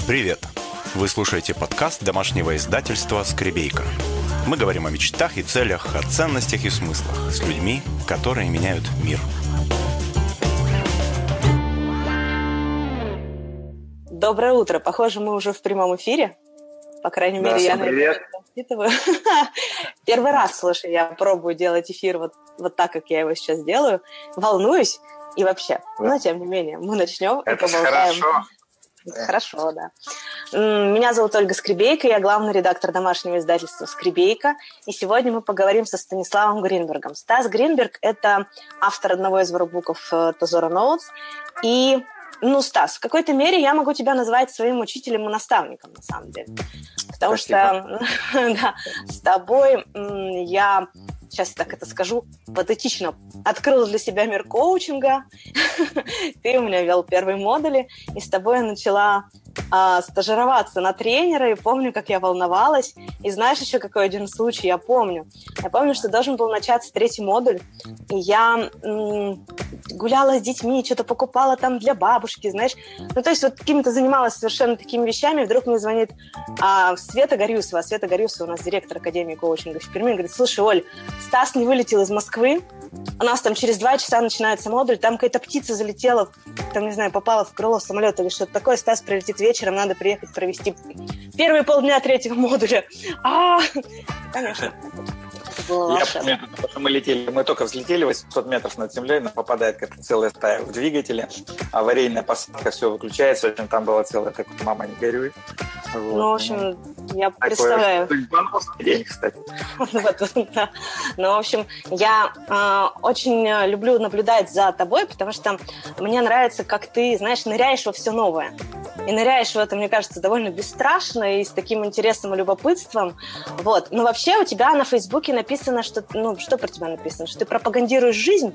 Привет! Вы слушаете подкаст домашнего издательства «Скребейка». Мы говорим о мечтах и целях, о ценностях и смыслах с людьми, которые меняют мир. Доброе утро. Похоже, мы уже в прямом эфире. По крайней мере, я на это рассчитываю. Первый раз, слушай, я пробую делать эфир вот так, как я его сейчас делаю. Волнуюсь и вообще. Но, тем не менее, мы начнем и поболтаем. Хорошо. Хорошо, да. Меня зовут Ольга Скребейка, я главный редактор домашнего издательства «Скребейка». И сегодня мы поговорим со Станиславом Гринбергом. Стас Гринберг – это автор одного из воркбуков Tozora Notes. И, Стас, в какой-то мере я могу тебя назвать своим учителем и наставником, на самом деле. Потому Спасибо. что да, с тобой я... Сейчас так это скажу патетично, открыла для себя мир коучинга. Ты у меня вел первые модули, и с тобой я начала стажироваться на тренера, и помню, как я волновалась. И знаешь еще какой один случай я помню? Я помню, что должен был начаться 3-й модуль, и я гуляла с детьми, что-то покупала там для бабушки, знаешь. То есть вот какими-то занималась совершенно такими вещами, и вдруг мне звонит Света Горюсова. Света Горюсова у нас директор Академии коучинга в Перми, говорит: слушай, Оль, Стас не вылетел из Москвы, у нас там через 2 часа начинается модуль, там какая-то птица залетела, там, не знаю, попала в крыло самолета или что-то такое, Стас прилетит вечером, надо приехать провести первые полдня 3-го модуля. Конечно. Я помню, что мы только взлетели 800 метров над землей, но попадает какая-то целая стая в двигателе, аварийная посадка, все выключается, в общем, там была целая такая «мама, не горюй». Вот. В общем, я представляю. День, кстати. Да. В общем, я очень люблю наблюдать за тобой, потому что мне нравится, как ты, знаешь, ныряешь во все новое. И ныряешь в это, мне кажется, довольно бесстрашно и с таким интересом и любопытством. Вот. Но вообще у тебя на Фейсбуке написано, что... что про тебя написано? Что ты пропагандируешь жизнь?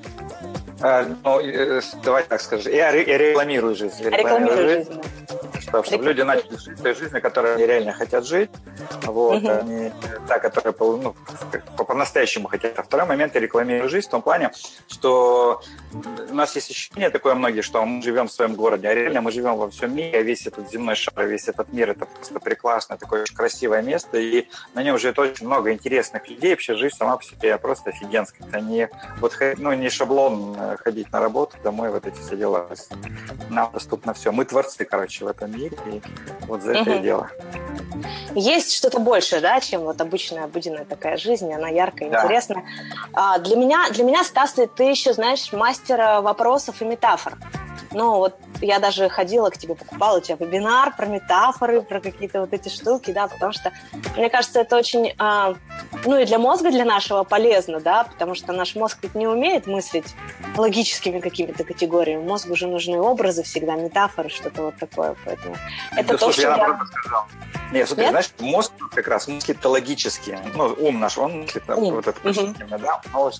Давай так скажу. Я рекламирую жизнь. Рекламирую жизнь, да. Чтобы люди начали жить той жизнью, которой они реально хотят жить. Вот, а не та, которая по-настоящему хотят. А второй момент, я рекламирую жизнь в том плане, что у нас есть ощущение такое многие, что мы живем в своем городе, а реально мы живем во всем мире, а весь этот земной шар, весь этот мир — это просто прекрасное, такое очень красивое место, и на нем живет очень много интересных людей. Вообще жизнь сама по себе просто офигенская. Это не шаблон ходить на работу, домой, вот эти все дела. Нам доступно все. Мы творцы, в этом мире, и вот за это и дело. Есть что-то большее, да, чем вот обычная обыденная такая жизнь, она яркая, да. Интересная. Для меня, Стас, ты еще, знаешь, мастер вопросов и метафор. Вот я даже ходила к тебе, покупала у тебя вебинар про метафоры, про какие-то вот эти штуки, да, потому что, мне кажется, это очень, и для мозга, для нашего полезно, да, потому что наш мозг ведь не умеет мыслить логическими какими-то категориями. Мозгу же нужны образы всегда, метафоры, что-то вот такое, поэтому это то, что я наоборот сказал. Нет, знаешь, мозг как раз мыслит логически. Ум наш, он мыслит вот это позитивно, да,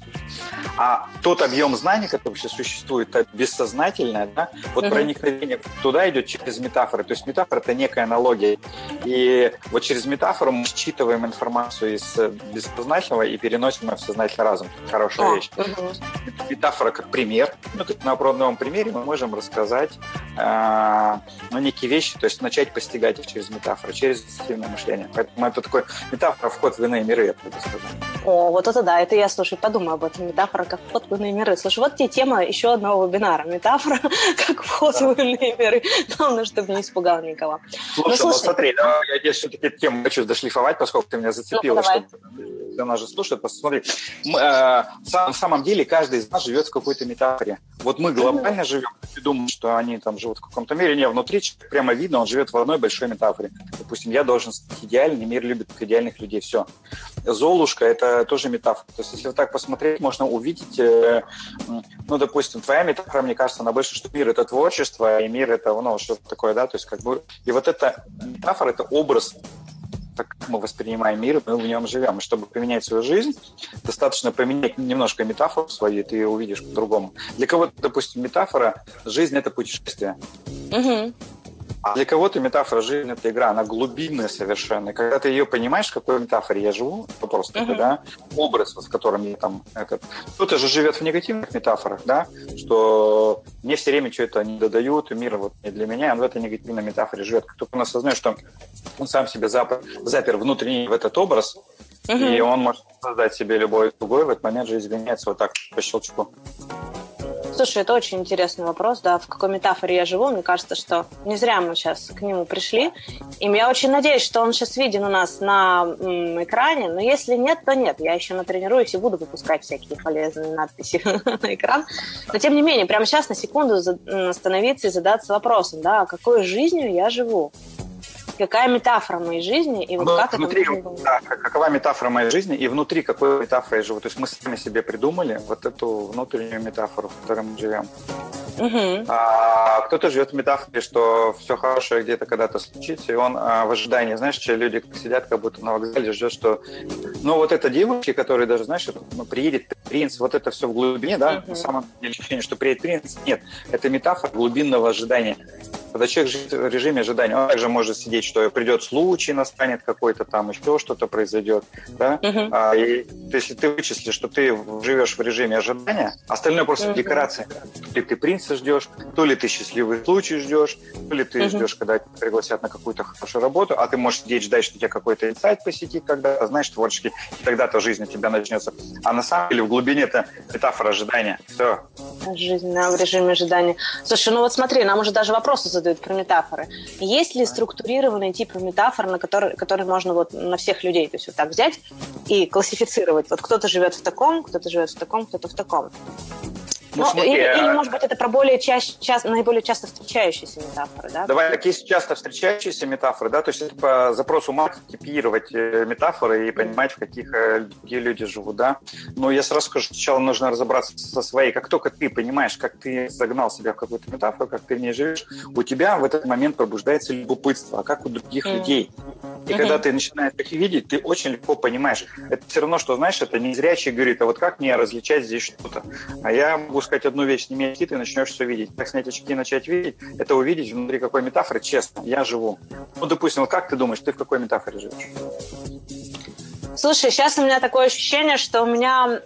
а тот объем знаний, который вообще существует, это бессознательное, да, вот проникновение туда идет через метафоры. То есть метафора — это некая аналогия. И вот через метафору мы считываем информацию из бессознательного и переносим ее в сознательный разум. Хорошая вещь. Метафора как пример. На опробном примере мы можем рассказать некие вещи, то есть начать постигать их через метафору, через ассоциативное мышление. Поэтому это такой метафора — вход в иные миры, я бы сказал. Вот это да, это я, слушай, подумаю об этом. Метафора как вход в иные миры. Слушай, вот тебе тема еще одного вебинара. Метафора как вход в иные миры. Главное, чтобы не испугал никого. Слушай, смотри, я все-таки тему хочу дошлифовать, поскольку ты меня зацепила, чтобы нас же слушают. Посмотри, на самом деле каждый из нас живет в какой-то метафоре. Вот мы глобально живем, ты думаешь, что они там живут в каком-то мире, не, внутри прямо видно, он живет в одной большой метафоре. Допустим, я должен стать идеальным, мир любит идеальных людей, все. Золушка — это тоже метафора. То есть, если вот так посмотреть, можно увидеть, допустим, твоя метафора, мне кажется, она больше, что мир — это творчество, и мир — это, что-то такое, да, то есть, и вот эта метафора — это образ, так как мы воспринимаем мир, мы в нем живем. И чтобы поменять свою жизнь, достаточно поменять немножко метафору свою, и ты увидишь по-другому. Для кого-то, допустим, метафора — жизнь — это путешествие. А для кого-то метафора жизни – это игра, она глубинная совершенно. И когда ты ее понимаешь, в какой метафоре я живу, вопрос такой, да, образ, в котором я там кто-то же живет в негативных метафорах, да, что мне все время что-то не додают, и мир вот не для меня, он в этой негативной метафоре живет. Как только он осознает, что он сам себя запер внутренний в этот образ, и он может создать себе любой другой, в этот момент же изменяется вот так по щелчку. Слушай, это очень интересный вопрос, да, в какой метафоре я живу. Мне кажется, что не зря мы сейчас к нему пришли. И я очень надеюсь, что он сейчас виден у нас на экране, но если нет, то нет. Я еще натренируюсь и буду выпускать всякие полезные надписи на экран. Но тем не менее, прямо сейчас на секунду остановиться и задаться вопросом, да, какой жизнью я живу? Какая метафора моей жизни, и вот как внутри, это можно... Да, какова метафора моей жизни, и внутри какой метафоры я живу. То есть мы сами себе придумали вот эту внутреннюю метафору, в которой мы живем. А кто-то живет в метафоре, что все хорошее где-то когда-то случится, и он в ожидании, знаешь, че люди сидят как будто на вокзале, ждет, что ну вот эта девушка, которая даже, знаешь, приедет принц, вот это все в глубине, да, на самом деле ощущение, что приедет принц, нет, это метафора глубинного ожидания. Когда человек живет в режиме ожидания, он также может сидеть, что придет случай, настанет какой-то там, еще что-то произойдет. Да? И если ты вычислишь, что ты живешь в режиме ожидания, остальное просто декорация. То ли ты принца ждешь, то ли ты счастливый случай ждешь, то ли ты ждешь, когда тебя пригласят на какую-то хорошую работу, а ты можешь сидеть ждать, что тебя какой-то инсайт посетит когда-то, знаешь, творческий, и тогда-то жизнь у тебя начнется. А на самом деле в глубине это метафора ожидания. Все. Жизнь, да, в режиме ожидания. Слушай, ну вот смотри, нам уже даже вопросы задают про метафоры. Есть ли структурированные типы метафор, которые можно вот на всех людей, то есть вот так взять и классифицировать? Вот кто-то живет в таком, кто-то живет в таком, кто-то в таком. Ну, или, может быть, это про наиболее часто встречающиеся метафоры, да? Давай, такие часто встречающиеся метафоры, да, то есть это по запросу Маркса типировать метафоры и понимать, в каких где люди живут, да. Но я сразу скажу, сначала нужно разобраться со своей. Как только ты понимаешь, как ты загнал себя в какую-то метафору, как ты в ней живешь, у тебя в этот момент пробуждается любопытство, а как у других людей. И когда ты начинаешь их видеть, ты очень легко понимаешь. Это все равно, что, знаешь, это незрячий говорит, а вот как мне различать здесь что-то? А я могу сказать одну вещь, сними очки, ты начнешь все видеть. Как снять очки и начать видеть, это увидеть внутри какой метафоры, честно, я живу. Ну, допустим, вот как ты думаешь, ты в какой метафоре живешь? Слушай, сейчас у меня такое ощущение, что у меня...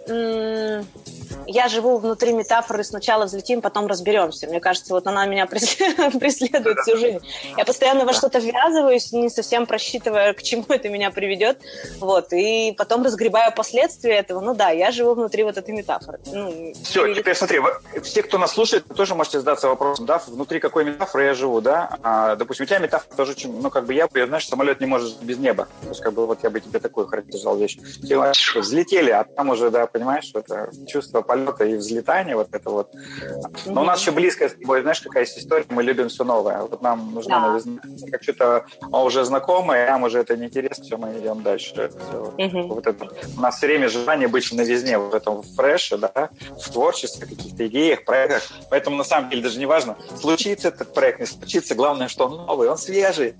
Я живу внутри метафоры, сначала взлетим, потом разберемся. Мне кажется, вот она меня преследует всю жизнь. Я постоянно во что-то ввязываюсь, не совсем просчитывая, к чему это меня приведет. Вот, и потом разгребаю последствия этого. Ну да, я живу внутри вот этой метафоры. Все, теперь смотри, все, кто нас слушает, вы тоже можете задаться вопросом, да, внутри какой метафоры я живу, да? Допустим, у тебя метафора тоже очень, ну, как бы знаешь, самолет не может без неба. То есть, как бы, вот я бы тебе такую характеризовал вещь. Все взлетели, а там уже, да, понимаешь, это чувство полета и взлетания, вот это вот. Но у нас еще близко с тобой, знаешь, какая есть история, мы любим все новое. Вот нам нужна новизна. Как что-то уже знакомое, нам уже это не интересно, все, мы идем дальше. Вот это. У нас все время желание быть в новизне, в этом фреше, да, в творчестве, каких-то идеях, проектах. Поэтому, на самом деле, даже не важно, случится этот проект, не случится, главное, что он новый, он свежий.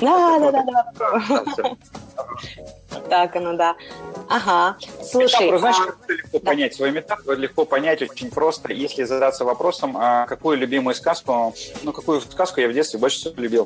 Да. Так оно, да. Ага. Слушай, метафору, знаешь, как легко понять свою метафору? Легко понять очень просто, если задаться вопросом, какую любимую сказку, какую сказку я в детстве больше всего любил.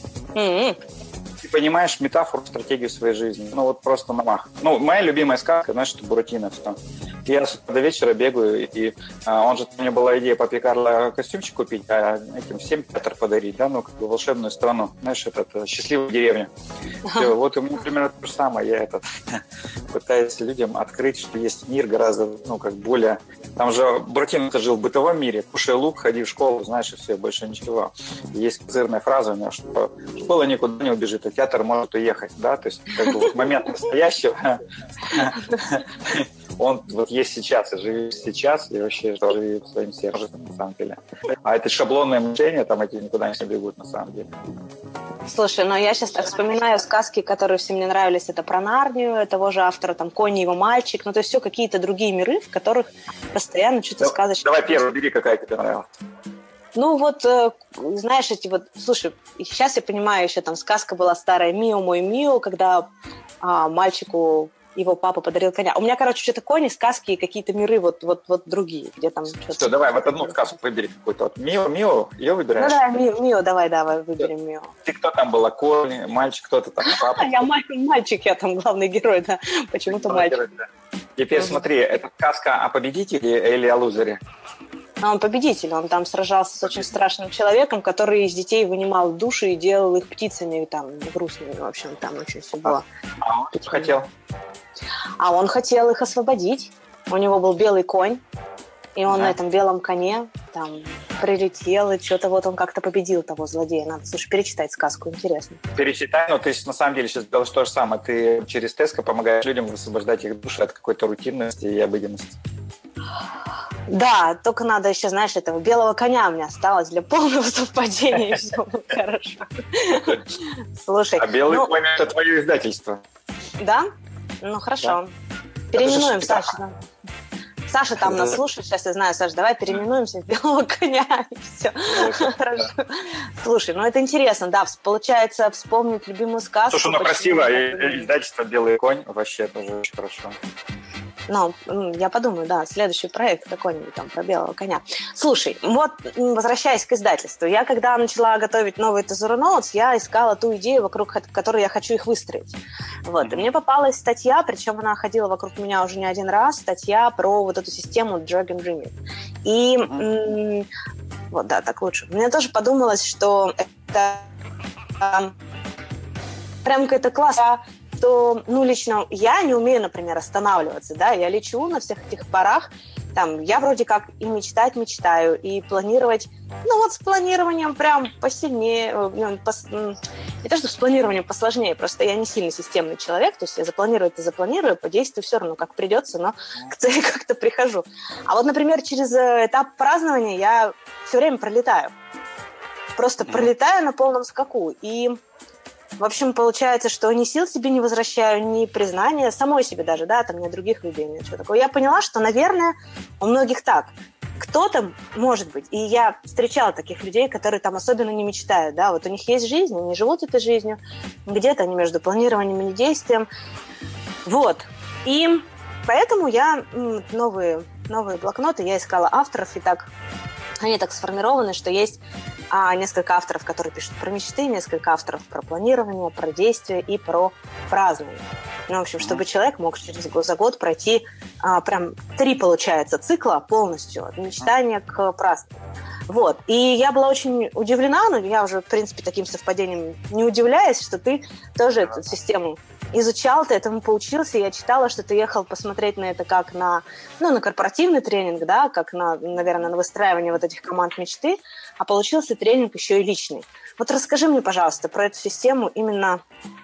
Ты понимаешь метафору, стратегию своей жизни. Ну, вот просто на мах. Ну, моя любимая сказка, знаешь, это Буратино. Все. Я с утра до вечера бегаю, и у меня была идея папе Карло костюмчик купить, а этим всем театр подарить, да, как бы волшебную страну, знаешь, счастливую деревню. Все, вот у меня примерно то же самое. Я пытаюсь людям открыть, что есть мир гораздо, более... Там же Буратино жил в бытовом мире, кушай лук, ходи в школу, знаешь, и все, больше ничего. И есть козырная фраза у него, что школа никуда не убежит, а театр может уехать, да, то есть как бы вот момент настоящего, он вот есть сейчас, и живи сейчас, и вообще живи своим сердцем, на самом деле. А это шаблонное мышление, там эти никуда не бегут, на самом деле. Слушай, я сейчас так вспоминаю сказки, которые все мне нравились. Это про Нарнию, того же автора, там, «Конь и его мальчик». То есть все какие-то другие миры, в которых постоянно что-то сказочное. Давай первую бери, какая тебе нравилась. Знаешь, слушай, сейчас я понимаю, еще там сказка была старая «Мио, мой Мио», когда мальчику его папа подарил коня. У меня, короче, что-то кони, сказки и какие-то миры вот другие, где там что-то... Все, давай, вот одну сказку выбери какую-то. Вот Мио, ее выбираешь? Ну да, Мио, давай, выберем Мио. Ты кто там была? Конь, мальчик, кто-то там? Папа? Я мальчик, я там главный герой, да. Почему-то мальчик. Теперь смотри, это сказка о победителе или о лузере? Он победитель, он там сражался с очень страшным человеком, который из детей вынимал души и делал их птицами, там, грустными, в общем, там очень все было. А он что хотел? А он хотел их освободить. У него был белый конь, и он на этом белом коне там прилетел, и что-то вот он как-то победил того злодея. Надо, слушай, перечитать сказку, интересно. Перечитай, но ты на самом деле сейчас делаешь то же самое. Ты через Теско помогаешь людям высвобождать их души от какой-то рутинности и обыденности. Да, только надо еще, знаешь, этого белого коня у меня осталось для полного совпадения, и все будет хорошо. Слушай. А белый конь – это твое издательство. Да? Ну, хорошо. Переименуем, Саша. Саша там нас слушает, сейчас я знаю, Саша, давай переименуемся в белого коня, и все. Хорошо. Слушай, ну это интересно, да, получается вспомнить любимую сказку. Слушай, ну красиво, издательство «Белый конь» вообще тоже очень хорошо. Ну, я подумаю, да, следующий проект какой-нибудь там про белого коня. Слушай, вот возвращаясь к издательству, я когда начала готовить новые Tezuro Notes, я искала ту идею, вокруг которой я хочу их выстроить. Вот, и мне попалась статья, причем она ходила вокруг меня уже не один раз, статья про вот эту систему Dragon Dreaming. И вот, да, так лучше. Мне тоже подумалось, что это прям какая-то классная, что, ну, лично я не умею, например, останавливаться, да, я лечу на всех этих парах, там, я вроде как и мечтать мечтаю, и планировать, ну, вот с планированием прям посильнее, не то, что с планированием посложнее, просто я не сильно системный человек, то есть я запланирую, по действию все равно, как придется, но к цели как-то прихожу. А вот, например, через этап празднования я все время пролетаю, просто пролетаю на полном скаку, и... В общем, получается, что ни сил себе не возвращаю, ни признания, самой себе даже, да, там, ни других людей, ничего такого. Я поняла, что, наверное, у многих так. Кто-то, может быть, и я встречала таких людей, которые там особенно не мечтают, да, вот у них есть жизнь, они живут этой жизнью, где-то они между планированием и действием. Вот. И поэтому я новые блокноты, я искала авторов, и так они так сформированы, что есть несколько авторов, которые пишут про мечты, несколько авторов про планирование, про действие и про празднование. Ну, в общем, чтобы человек мог за год пройти прям 3, получается, цикла полностью, от мечтания к празднованию. Вот. И я была очень удивлена, но я уже, в принципе, таким совпадением не удивляюсь, что ты тоже эту систему изучал, ты этому поучился. Я читала, что ты ехал посмотреть на это как на корпоративный тренинг, да, как наверное, на выстраивание вот этих команд мечты, а получился тренинг еще и личный. Вот расскажи мне, пожалуйста, про эту систему именно,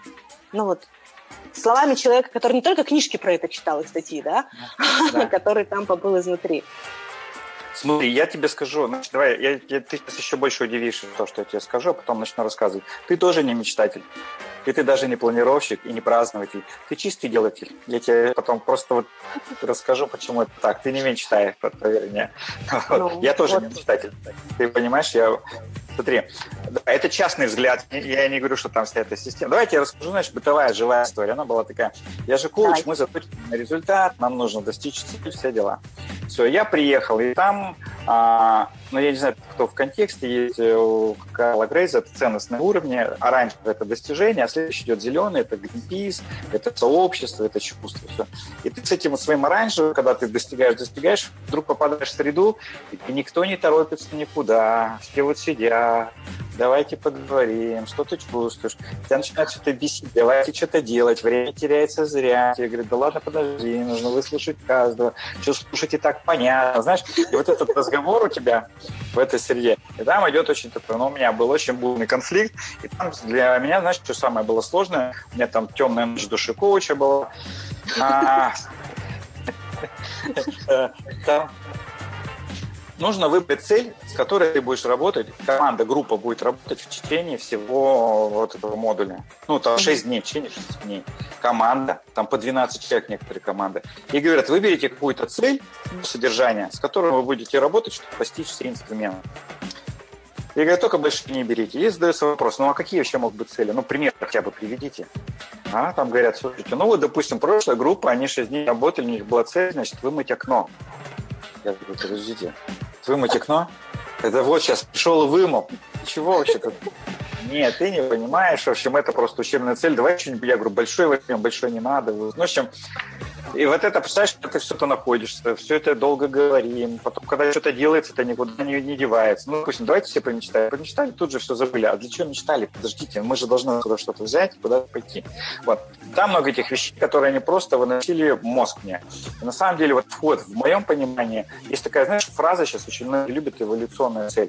словами человека, который не только книжки про это читал и статьи, да, который там побыл изнутри. Смотри, я тебе скажу, значит, давай, ты сейчас еще больше удивишься то, что я тебе скажу, а потом начну рассказывать. Ты тоже не мечтатель, и ты даже не планировщик, и не празднователь. Ты чистый делатель. Я тебе потом просто вот расскажу, почему это так. Ты не мечтаешь, поверь мне. Я тоже не мечтатель. Ты понимаешь, Смотри, это частный взгляд. Я не говорю, что там вся эта система. Давайте я расскажу, значит, бытовая, живая история. Она была такая. Я же коуч, мы заточены на результат, нам нужно достичь цели, все дела. Все, я приехал, и там, я не знаю, кто в контексте, есть у Карла Грейза, это ценностные уровни, оранжевый – это достижение, а следующий идет зеленый – это Greenpeace, это сообщество, это чувство. Все. И ты с этим своим оранжевым, когда ты достигаешь, вдруг попадаешь в среду, и никто не торопится никуда, все вот сидят, давайте поговорим, что ты чувствуешь. Тебя начинает что-то бесить, давайте что-то делать, время теряется зря. Я говорю, да ладно, подожди, нужно выслушать каждого, что слушать и так понятно. Знаешь, и вот этот разговор у тебя в этой среде, и там идет очень такой, у меня был очень бурный конфликт, и там для меня, знаешь, что самое было сложное, у меня там темная ночь души коуча была, там нужно выбрать цель, с которой ты будешь работать. Команда, группа будет работать в течение всего вот этого модуля. Там 6 дней, в течение 6 дней. Команда, там по 12 человек некоторые команды. И говорят, выберите какую-то цель, содержание, с которой вы будете работать, чтобы постичь все инструменты. Я говорю, только больше не берите. И задается вопрос, а какие вообще могут быть цели? Пример хотя бы приведите. Там говорят, слушайте, ну вот, допустим, прошлая группа, они 6 дней работали, у них была цель, значит, вымыть окно. Я говорю, подождите, вымыть окно? Это вот сейчас пришел и вымыл. Чего вообще-то? Нет, ты не понимаешь, в общем, это просто учебная цель. Давай что-нибудь, я говорю, большой возьмем, большой не надо. Ну, в общем, и вот это, представляешь, ты все-то находишься, все это долго говорим, потом, когда что-то делается, это никуда не девается. Ну, допустим, давайте все помечтаем. Помечтали, тут же все забыли. А для чего мечтали? Подождите, мы же должны куда что-то взять, куда-то пойти. Вот. Там много этих вещей, которые они просто выносили мозг мне. И на самом деле, вот вход, в моем понимании, есть такая, знаешь, фраза сейчас очень многие любят, эволюционная цель.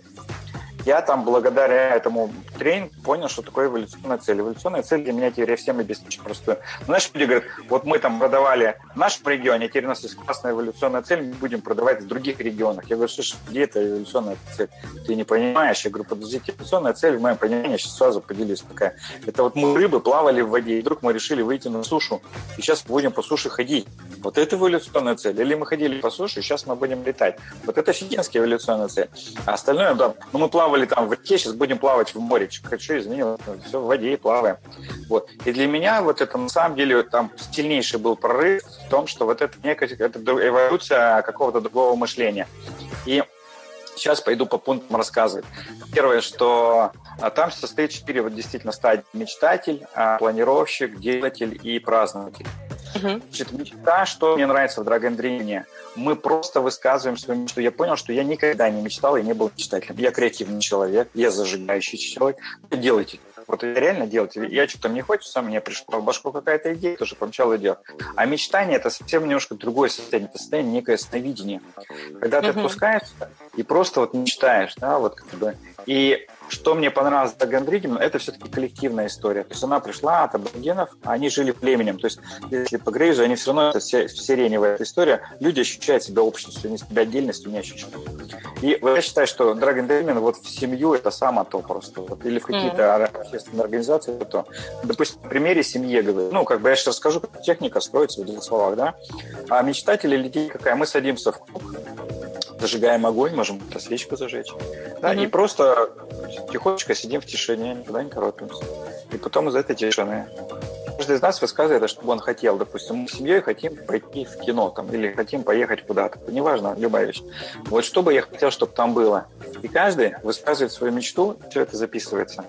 Я там благодаря этому тренингу понял, что такое эволюционная цель. Эволюционная цель для меня теперь я всем объясню очень простую. Знаешь, люди говорят, вот мы там продавали в нашем регионе, а теперь у нас есть классная эволюционная цель, мы будем продавать в других регионах. Я говорю, слушай, где эта эволюционная цель? Ты не понимаешь. Я говорю, подождите, эволюционная цель, в моем понимании, я сейчас сразу поделюсь такая. Это вот мы рыбы плавали в воде, и вдруг мы решили выйти на сушу, и сейчас будем по суше ходить. Вот это эволюционная цель. Или мы ходили по суше, и сейчас мы будем летать. Вот это офигенская эволюционная цель. А остальное, да, ну мы плавали там в реке, сейчас будем плавать в море. Что изменилось? Все в воде и плаваем. Вот. И для меня вот это на самом деле там сильнейший был прорыв в том, что вот это некая это эволюция какого-то другого мышления. И сейчас пойду по пунктам рассказывать. Первое, что там состоит 4 вот действительно стадии. Мечтатель, планировщик, делатель и празднователь. Значит, мечта, что мне нравится в драгондрине, мы просто высказываем свою мечту. Я понял, что я никогда не мечтал и не был мечтателем. Я креативный человек, я зажигающий человек. Делайте. Вот я реально делать. Я что-то мне хочется, мне пришла в башку какая-то идея, тоже помчал и делал. А мечтание – это совсем немножко другое состояние. Это состояние некое сновидение. Когда ты отпускаешься и просто вот мечтаешь, да, вот как бы. И что мне понравилось в Драгондрине, это все-таки коллективная история. То есть она пришла от аборигенов, а они жили племенем. То есть если по Грейзу, они все равно, это сиреневая эта история, люди ощущают себя общностью, они себя отдельностью не ощущают. И вот я считаю, что Драгондрин вот в семью это самое то просто. Вот, или в какие-то общественные организации это то. Допустим, на примере семьи говорю. Ну, как бы я сейчас расскажу, как техника строится в 2 словах, да. А мечтатели или идея какая? Мы садимся в круг, зажигаем огонь, можем свечку зажечь. Да, и просто тихонечко сидим в тишине, никуда не торопимся. И потом из этой тишины каждый из нас высказывает, что бы он хотел. Допустим, мы с семьей хотим пойти в кино там, или хотим поехать куда-то. Неважно, любая вещь. Вот что бы я хотел, чтобы там было. И каждый высказывает свою мечту, все это записывается.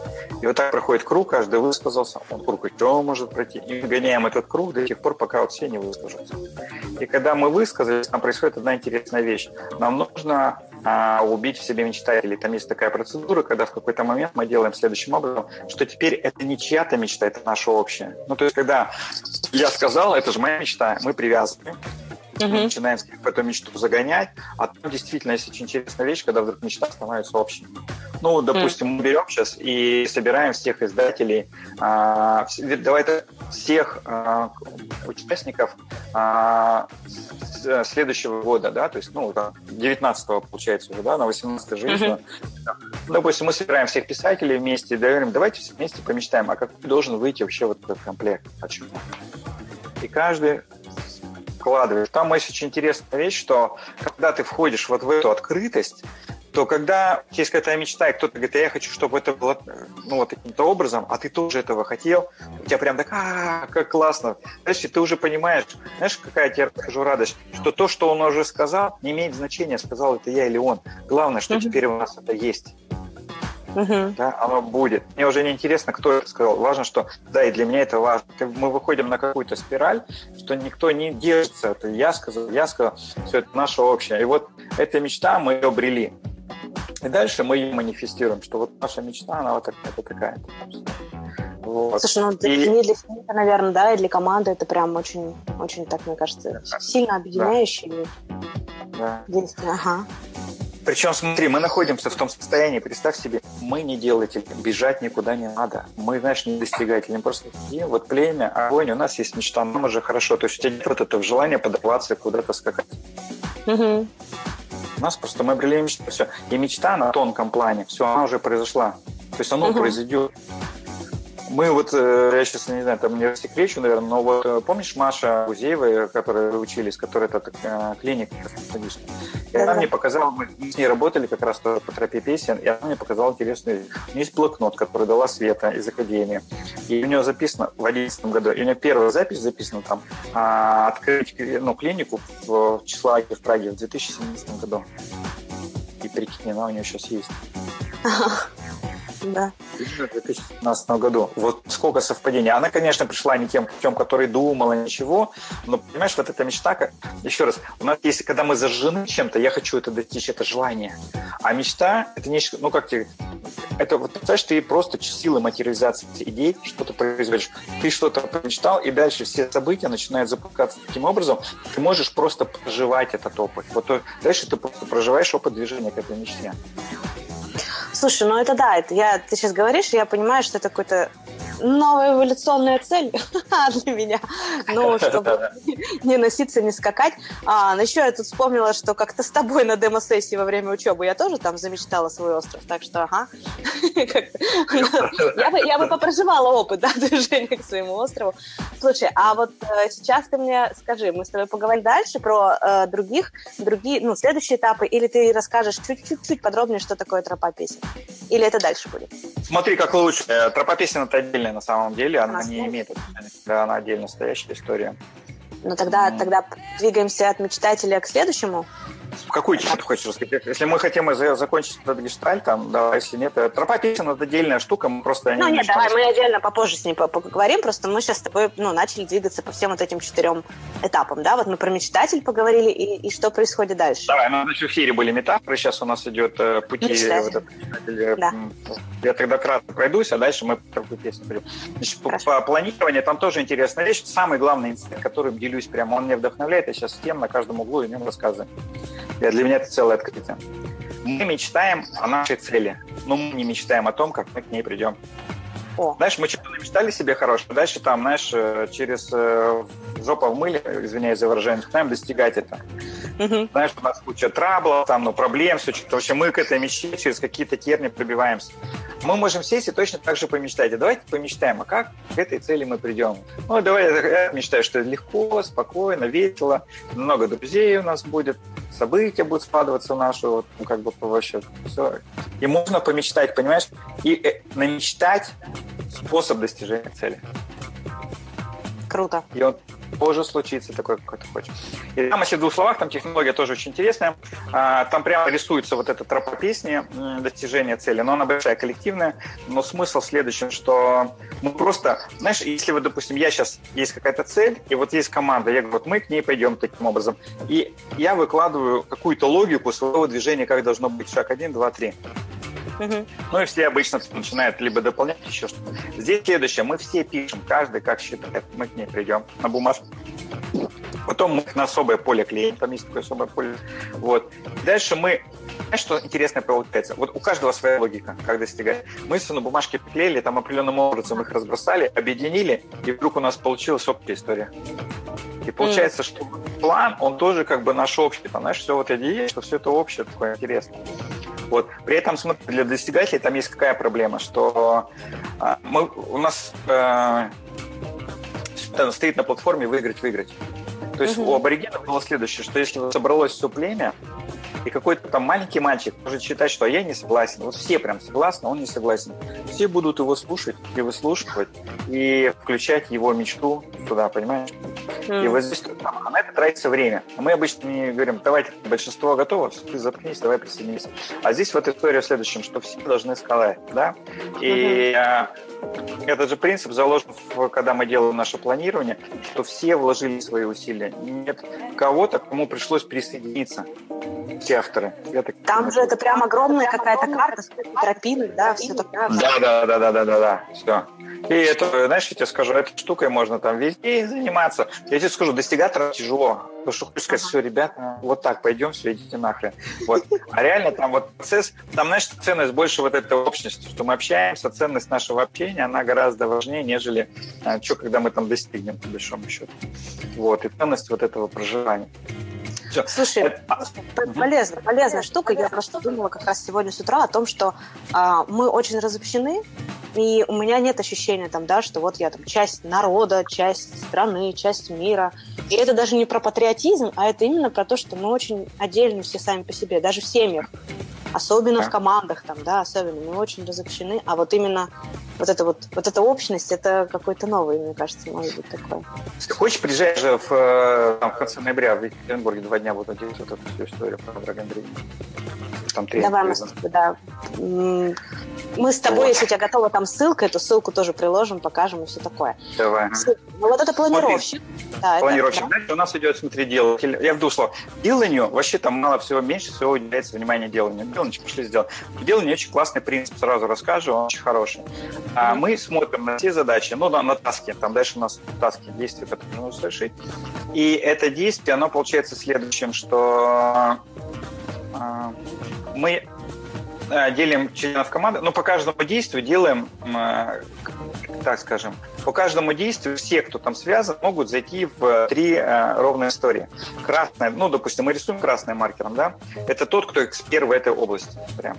И вот так проходит круг, каждый высказался, он круг еще может пройти. И мы гоняем этот круг до тех пор, пока вот все не выскажутся. И когда мы высказались, там происходит одна интересная вещь. Нам нужно убить в себе мечтателей. Там есть такая процедура, когда в какой-то момент мы делаем следующим образом, что теперь это не чья-то мечта, это наша общая. Ну, то есть, когда я сказал, это же моя мечта, мы привязываем. Мы начинаем эту мечту загонять, а там действительно есть очень интересная вещь, когда вдруг мечта становится общей. Ну, допустим, мы берем сейчас и собираем всех издателей, давай всех участников следующего года, да, то есть, ну, 19-го, получается, уже, да, на 18-й жизнь. Допустим, мы собираем всех писателей вместе и говорим, давайте все вместе помечтаем, а какой должен выйти вообще вот этот комплект, почему? И каждый вкладывает. Там есть очень интересная вещь, что когда ты входишь вот в эту открытость, то когда есть какая-то мечта, и кто-то говорит, я хочу, чтобы это было, ну, вот таким-то образом, а ты тоже этого хотел, у тебя прям так, как классно. Знаешь, ты уже понимаешь, знаешь, какая я тебе расскажу радость, что то, что он уже сказал, не имеет значения, сказал это я или он. Главное, что теперь у нас это есть. Да, оно будет. Мне уже не интересно, кто это сказал. Важно, что, да, и для меня это важно. Мы выходим на какую-то спираль, что никто не держится. Это я сказал, все это наше общее. И вот эта мечта, мы ее обрели. И дальше мы ее манифестируем, что вот наша мечта, она вот такая. Вот. Слушай, ну для семьи, наверное, да, и для команды это прям очень, очень так, мне кажется, сильно объединяющие действия. Ага. Причем, смотри, мы находимся в том состоянии, представь себе, мы не делатели, бежать никуда не надо. Мы, знаешь, не достигатели, мы просто сидим, вот племя, огонь, у нас есть мечта, нам уже хорошо. То есть у тебя нет вот этого желания подорваться и куда-то скакать. У нас просто мы обрели мечту, все. И мечта на тонком плане, все, она уже произошла. То есть оно произойдет. Мы вот, я сейчас не знаю, там не рассекречу, наверное, но вот помнишь Маша Гузеева, которой вы учились, которая это клиника, и она мне показала, мы с ней работали как раз по тропе песен, и она мне показала интересную вещь. У нее есть блокнот, который дала Света из Академии, и у нее записано в 2011 году, и у нее первая запись записана там, открыть клинику в Чехословакии, в Праге в 2017 году. И прикинь, она у нее сейчас есть. Да. В 2017 году. Вот сколько совпадений. Она, конечно, пришла не тем путем, который думала, ничего, но, понимаешь, вот эта мечта, еще раз, у нас есть, когда мы зажжены чем-то, я хочу это достичь, это желание. А мечта, это нечто, это, вот, представляешь, ты просто силой материализации идей что-то производишь. Ты что-то помечтал, и дальше все события начинают запускаться таким образом, ты можешь просто проживать этот опыт. Вот дальше ты просто проживаешь опыт движения к этой мечте. Слушай, это да, ты сейчас говоришь, и я понимаю, что это какой-то новая эволюционная цель для меня. Чтобы не носиться, не скакать. Но еще я тут вспомнила, что как-то с тобой на демо-сессии во время учебы я тоже там замечтала свой остров. Так что, я бы попроживала опыт движения к своему острову. Слушай, а вот сейчас ты мне скажи, мы с тобой поговорим дальше про другие, следующие этапы, или ты расскажешь чуть-чуть подробнее, что такое тропа песен? Или это дальше будет? Смотри, как лучше. Тропа песен – это отдельная на самом деле, она не имеет отношения. Да, она отдельно стоящая история. Тогда двигаемся от мечтателя к следующему. Какую тему ты хочешь рассказать? Если мы хотим закончить этот гештальт, если нет, тропа песен – это отдельная штука, мы просто... Нет, давай, мы отдельно попозже с ней поговорим, просто мы сейчас с тобой начали двигаться по всем вот этим 4 этапам, да? Вот мы про мечтатель поговорили, и что происходит дальше. Давай, в эфире были метафоры, сейчас у нас идет пути... Мечтатель. Да. Я тогда кратко пройдусь, а дальше мы по тропу песен пойдем. Значит, по планированию там тоже интересная вещь. Самый главный инсайт, которым делюсь прямо, он меня вдохновляет, я сейчас с тем на каждом углу и о нем рассказываю. Для меня это целое открытие. Мы мечтаем о нашей цели, но мы не мечтаем о том, как мы к ней придем. Знаешь, мы что-то намечтали себе хорошее, дальше там, через жопу в мыле, извиняюсь за выражение, начинаем достигать это. Знаешь, у нас куча траблов, проблем, все что-то. В общем, мы к этой мечте через какие-то терни пробиваемся. Мы можем сесть и точно так же помечтать. И давайте помечтаем, а как к этой цели мы придем? Давай я мечтаю, что легко, спокойно, весело, много друзей у нас будет, события будут складываться в нашу, вообще все. И можно помечтать, понимаешь? И намечтать способ достижения цели. Круто. И он позже случится такой, какой ты хочешь. И там, если в 2 словах, там технология тоже очень интересная. Там прямо рисуется вот эта тропа песни достижения цели, но она большая, коллективная. Но смысл в следующем, что мы просто, знаешь, если вот, допустим, есть какая-то цель, и вот есть команда, я говорю, мы к ней пойдем таким образом. И я выкладываю какую-то логику своего движения, как должно быть шаг 1, 2, 3. И все обычно начинают либо дополнять еще что-то. Здесь следующее. Мы все пишем, каждый как считает, мы к ней придем на бумажку. Потом мы на особое поле клеим, там есть такое особое поле. Дальше мы... Знаешь, что интересное получается? Вот у каждого своя логика, как достигать. Мы все на бумажке приклеили, там определенным образом их разбросали, объединили, и вдруг у нас получилась общая история. И получается, что план, он тоже наш общий. Знаешь, все вот эти есть, что все это общее, такое интересное. При этом, смотри, для достигателей там есть какая проблема, что у нас стоит на платформе выиграть. То есть у аборигенов было следующее, что если собралось все племя, и какой-то там маленький мальчик может считать, что я не согласен. Вот все прям согласны, он не согласен. Все будут его слушать и выслушивать, и включать его мечту туда, понимаешь? И вот здесь на это тратится время. Мы обычно не говорим, давайте, большинство готово, ты заткнись, давай присоединись. А здесь вот история в следующем, что все должны сказать, да? И этот же принцип заложен, когда мы делаем наше планирование, что все вложили свои усилия. Нет кого-то, кому пришлось присоединиться. Все авторы. Там же это прям огромная какая-то карта, тропинок, да, все такое. Да, все. И это, знаешь, я тебе скажу, этой штукой можно там везде заниматься. Я тебе скажу, достигаторам тяжело. Потому что хочешь сказать, все, ребята, вот так, пойдем, все, идите нахрен. А реально там процесс, там, знаешь, ценность больше этой общности, что мы общаемся, ценность нашего общения, она гораздо важнее, нежели когда мы там достигнем, по большому счету. И ценность этого проживания. Слушай, полезная штука. Я просто думала как раз сегодня с утра о том, что мы очень разобщены, И у меня нет ощущения там, да, что вот я там часть народа, часть страны, часть мира. И это даже не про патриотизм, а это именно про то, что мы очень отдельны все сами по себе, даже в семьях. Особенно в командах там, да, особенно. Мы очень разобщены. А вот именно вот эта общность, это какой-то новый, мне кажется, может быть такой. Если хочешь, приезжай же в конце ноября в Екатеринбурге 2 дня будут делать вот эту всю историю про Dragon Dream. Там 3. Давай, да. Мы с тобой, если у тебя готова там ссылка, эту ссылку тоже приложим, покажем и все такое. Давай. Ну, вот это планировщик. Да, планировщик. Это, да. Дальше у нас идет, смотри, делатель. Я в двух словах. Деланию вообще там мало всего, меньше всего уделяется внимание деланию. Деланию пошли сделать. В делании очень классный принцип, сразу расскажу, он очень хороший. Мы смотрим на все задачи, на таски. Там дальше у нас таски, действия, которые нужно совершить. И это действие, оно получается следующим, что мы делим членов команды, но по каждому действию делаем, так скажем, по каждому действию все, кто там связан, могут зайти в 3 ровные истории. Красная, допустим, мы рисуем красным маркером, да? Это тот, кто эксперт в этой области. Прям.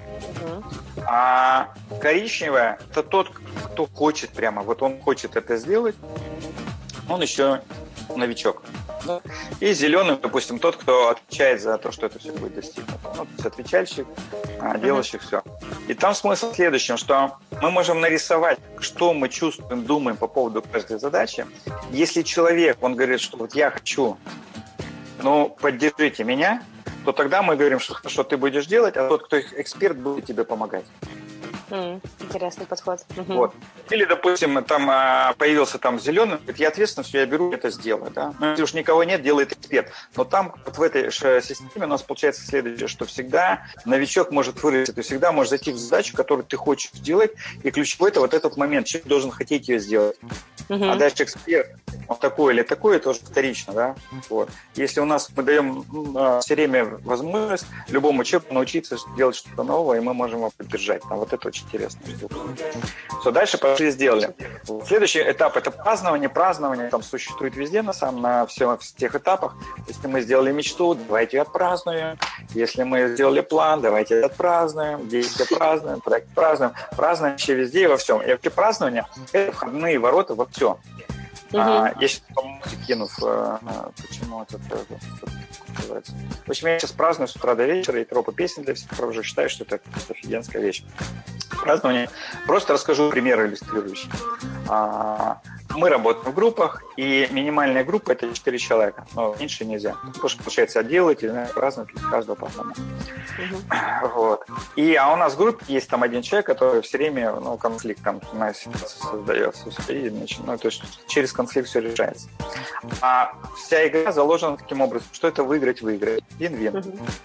А коричневая – это тот, кто хочет прямо, вот он хочет это сделать, он еще новичок. И зеленый, допустим, тот, кто отвечает за то, что это все будет достигнуто. То есть отвечальщик, делающий все. И там смысл в следующем, что мы можем нарисовать, что мы чувствуем, думаем по поводу каждой задачи. Если человек, он говорит, что вот я хочу, поддержите меня, то тогда мы говорим, что хорошо, ты будешь делать, а тот, кто эксперт, будет тебе помогать. Интересный подход. Вот. Или, допустим, там появился там зеленый, говорит, я ответственно, все, я беру, это сделаю. Да? Если уж никого нет, делает эксперт. Но там вот в этой системе у нас получается следующее, что всегда новичок может вырасти, ты всегда можешь зайти в задачу, которую ты хочешь сделать, и ключевой это вот этот момент, человек должен хотеть ее сделать. А дальше эксперт, он такой или такой, это уже вторично. Да? Вот. Если у нас мы даем все время возможность любому человеку научиться делать что-то новое, и мы можем его поддержать. Там вот это очень интересная штука. Все, дальше пошли, сделали. Следующий этап – это празднование. Празднование там существует везде, на всех тех этапах. Если мы сделали мечту, давайте отпразднуем. Если мы сделали план, давайте отпразднуем. Действие празднуем, проект празднуем. Празднуем вообще везде и во всем. И вообще празднование – это входные ворота во все. Я сейчас кину, почему это называется. В общем, я сейчас праздную с утра до вечера и тропы песен для всех уже считаю, что это просто офигенская вещь. Празднование. Просто расскажу пример иллюстрирующий. Мы работаем в группах, и минимальная группа – это 4 человека, но меньше нельзя. Потому что, получается, отделать и праздновать каждого по одному. Вот. А у нас в группе есть там один человек, который все время, конфликт там создается. И, то есть через конфликт все решается. А вся игра заложена таким образом, что это выиграть. Вин-вин.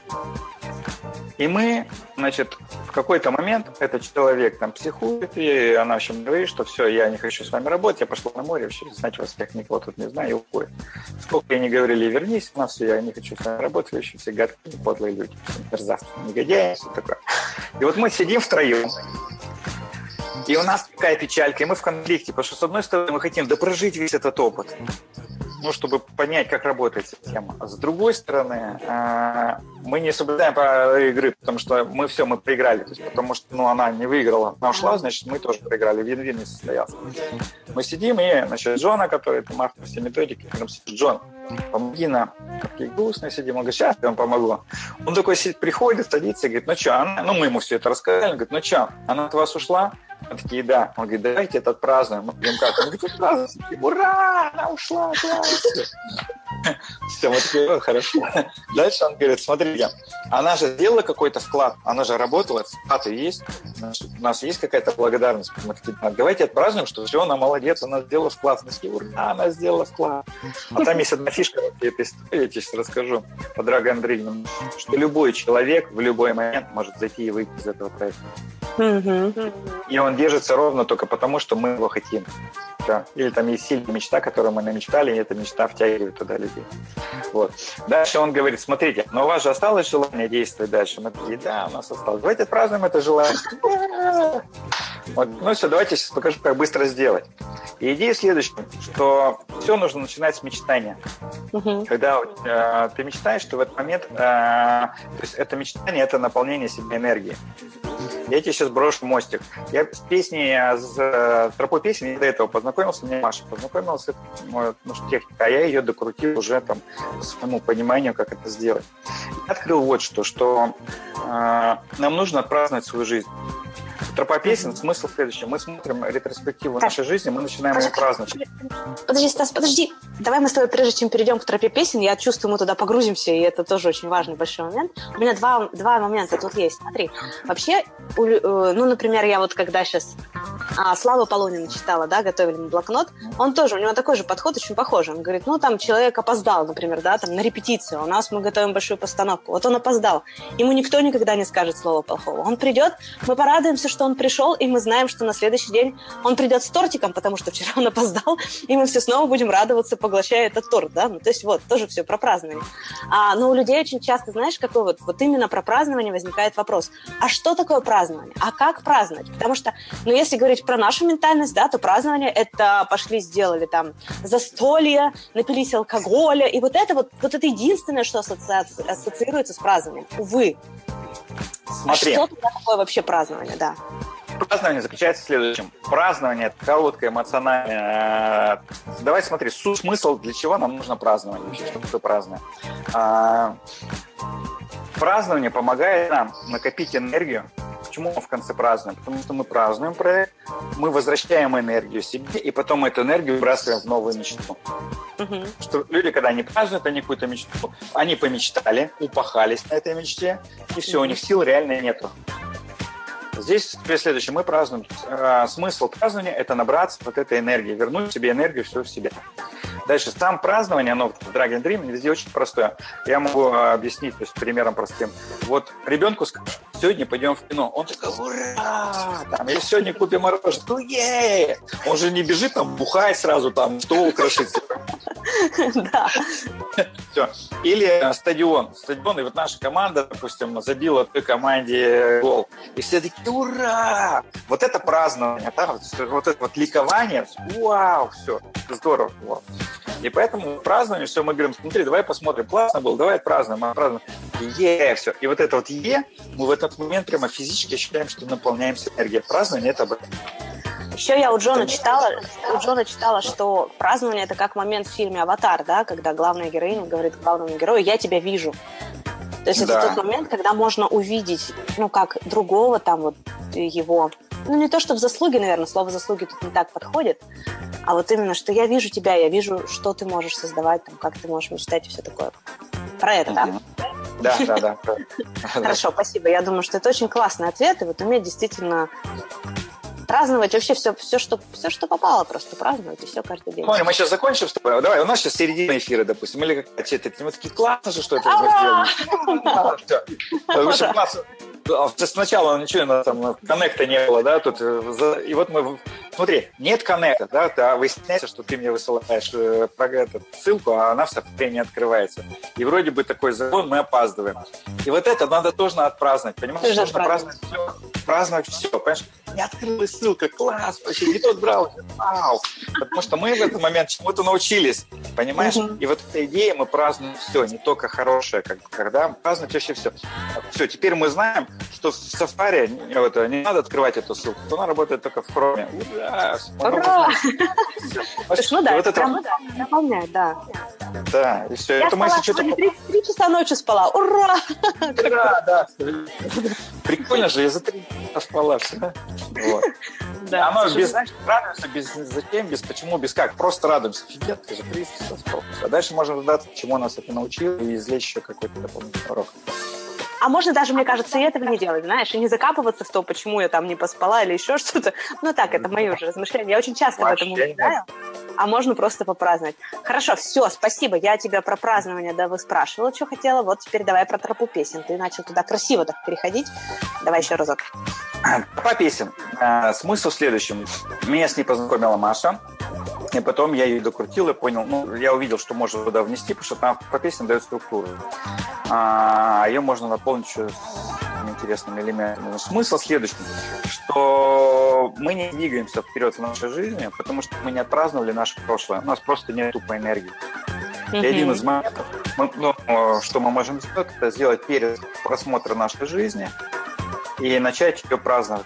И мы, в какой-то момент этот человек там психует, и она, в общем, говорит, что все, я не хочу с вами работать, я пошла на море, вообще, знать вас всех, никого тут не знаю, и уходит. Сколько ей не говорили, вернись, все, я не хочу с вами работать, вы еще все гадкие, подлые люди, мерзавцы, негодяи, все такое. И вот мы сидим втроем, и у нас такая печалька, и мы в конфликте, потому что, с одной стороны, мы хотим прожить весь этот опыт, чтобы понять, как работает система. А с другой стороны, мы не соблюдаем правила игры, потому что мы проиграли. То есть, потому что она не выиграла, она ушла, значит, мы тоже проиграли. Вин-вин не состоялся. Мы сидим, и, Джона, который там автор всей методики, говорим, Джон, помоги нам. Такие грустные сидим, он говорит, сейчас я вам помогу. Он такой приходит, садится и говорит, мы ему все это рассказали, он говорит, она от вас ушла? Мы такие, да. Он говорит, давайте это отпразднуем. Мы говорим, как? Он говорит, отпразднуем. Ура, она ушла, классно. Все, мы такие, хорошо. Дальше он говорит, смотрите, она же сделала какой-то вклад, она же работала, вклад есть, у нас есть какая-то благодарность. Мы такие, давайте отпразднуем, что все, она молодец, она сделала вклад. Мы такие, ура, она сделала вклад. А там есть одна фишка в этой истории, я тебе сейчас расскажу по Dragon Dream, что любой человек в любой момент может зайти и выйти из этого проекта. И он держится ровно только потому, что мы его хотим. Да. Или там есть сильная мечта, которую мы намечтали, и эта мечта втягивает туда людей. Вот. Дальше он говорит, смотрите, но у вас же осталось желание действовать дальше? Мы такие, да, у нас осталось. Давайте отпразднуем это желание. Вот. Все, давайте сейчас покажу, как быстро сделать. И идея следующая, что все нужно начинать с мечтания. Когда ты мечтаешь, что в этот момент, то есть это мечтание, это наполнение себя энергией. Я тебе сейчас брошу мостик. Я с песней, с тропой песен до этого познакомился, мне Маша познакомилась, техника, а я ее докрутил уже там по своему пониманию, как это сделать. Я открыл вот что нам нужно отпраздновать свою жизнь. Тропа песен, смысл в следующем. Мы смотрим ретроспективу нашей жизни, мы начинаем ее праздновать. Подожди, Стас, подожди. Давай мы с тобой, прежде чем перейдем к тропе песен, я чувствую, мы туда погрузимся, и это тоже очень важный большой момент. У меня два момента тут есть. Смотри, вообще, например, я вот когда сейчас Славу Полунина читала, да, готовили на блокнот, он тоже, у него такой же подход, очень похожий. Он говорит, там человек опоздал, например, да, там на репетицию, у нас мы готовим большую постановку, вот он опоздал, ему никто никогда не скажет слова плохого. Он придет, мы порадуемся, что он пришел, и мы знаем, что на следующий день он придет с тортиком, потому что вчера он опоздал, и мы все снова будем радоваться, поглощая этот торт, да, то есть вот, тоже все про празднование. Но у людей очень часто, знаешь, какой вот именно про празднование возникает вопрос, а что такое празднование? А как праздновать? Потому что, если говорить про нашу ментальность, да, то празднование – это пошли, сделали там застолье, напились алкоголя, и вот это единственное, что ассоциируется с празднованием. Увы. Смотри. А что тогда такое вообще празднование, да? Празднование заключается в следующем. Празднование – это короткое, эмоциональное. Давай смотри, смысл, для чего нам нужно празднование. Что такое празднование? Празднование помогает нам накопить энергию. Почему мы в конце празднуем? Потому что мы празднуем проект, мы возвращаем энергию себе, и потом эту энергию выбрасываем в новую мечту. Что люди, когда не празднуют, они какую-то мечту, они помечтали, упахались на этой мечте, и все, у них сил реально нету. Здесь следующее, мы празднуем. Смысл празднования – это набраться вот этой энергии, вернуть себе энергию всю в себя. Дальше, сам празднование, оно в Dragon Dream везде очень простое. Я могу объяснить, то есть примером простым. Вот ребенку скажешь, сегодня пойдем в кино. Он такой, ура! Там, или сегодня купим мороженое. Он же не бежит там, бухает сразу, там, стол крошится. Да. Все. Или стадион. Стадион, и вот наша команда, допустим, забила той команде гол. И все такие, ура! Вот это празднование, да? Вот это вот ликование. Вау, все, здорово. Вот. И поэтому празднование, все, мы говорим, смотри, давай посмотрим, классно было, давай отпразднуем, все. И вот это вот мы в этот момент прямо физически ощущаем, что наполняемся энергией. Празднование – это об этом. Еще я у Джона читала, что празднование – это как момент в фильме «Аватар», да, когда главная героиня говорит главному герою «я тебя вижу». То есть это тот момент, когда можно увидеть, как другого там вот его, не то что в заслуге, наверное, слово «заслуги» тут не так подходит, а вот именно, что я вижу тебя, я вижу, что ты можешь создавать, там, как ты можешь мечтать и все такое. Про это, да? Да. Хорошо, спасибо. Я думаю, что это очень классный ответ, и вот уметь действительно праздновать вообще все, что попало, просто праздновать, и все каждый день. Смотри, мы сейчас закончим с тобой. Давай, у нас сейчас середина эфира, допустим, или какая-то... Мы такие, классно же, что это мы сделали. Сначала ничего, там, коннекта не было, да, тут, и вот мы... Смотри, нет коннекта, да, а выясняется, что ты мне высылаешь ссылку, а она в софтвере не открывается. И вроде бы такой закон, мы опаздываем. И вот это надо тоже отпраздновать, понимаешь? Нужно праздновать все, понимаешь? Не открылась ссылка, класс, вообще не тот браузер, вау. Потому что мы в этот момент чему-то научились, понимаешь? И вот эта идея, мы празднуем все, не только хорошее, когда мы празднуем чаще все. Все, теперь мы знаем, что в Safari не надо открывать эту ссылку, она работает только в Chrome. Ура! Наполняет, да. Да, и все. Я спала сегодня 3 часа ночью спала. Ура! Ура, да. Прикольно же, я за 3 часа спала все. Вот. Да, оно без, радуемся, без почему, без как. Просто радуемся. Офигенно, ты же 30 часов спал. А дальше можем задаться, чему нас это научило, и извлечь еще какой-то дополнительный урок. А можно даже, мне кажется, и этого не делать, знаешь, и не закапываться в то, почему я там не поспала или еще что-то. Так, это мои уже размышления. Я очень часто об этом убеждаю. А можно просто попраздновать. Хорошо, все, спасибо. Я тебя про празднование, да, выспрашивала, что хотела. Вот теперь давай про тропу песен. Ты начал туда красиво так переходить. Давай еще разок. Тропа песен. Смысл в следующем. Меня с ней познакомила Маша. И потом я ее докрутил и понял, я увидел, что можно туда внести, потому что там по песням дает структуру. Ее можно наполнить еще интересными элементами. Смысл следующий, что мы не двигаемся вперед в нашей жизни, потому что мы не отпраздновали наше прошлое. У нас просто нет тупой энергии. И один из моментов, что мы можем сделать, это сделать перед просмотром нашей жизни и начать ее праздновать.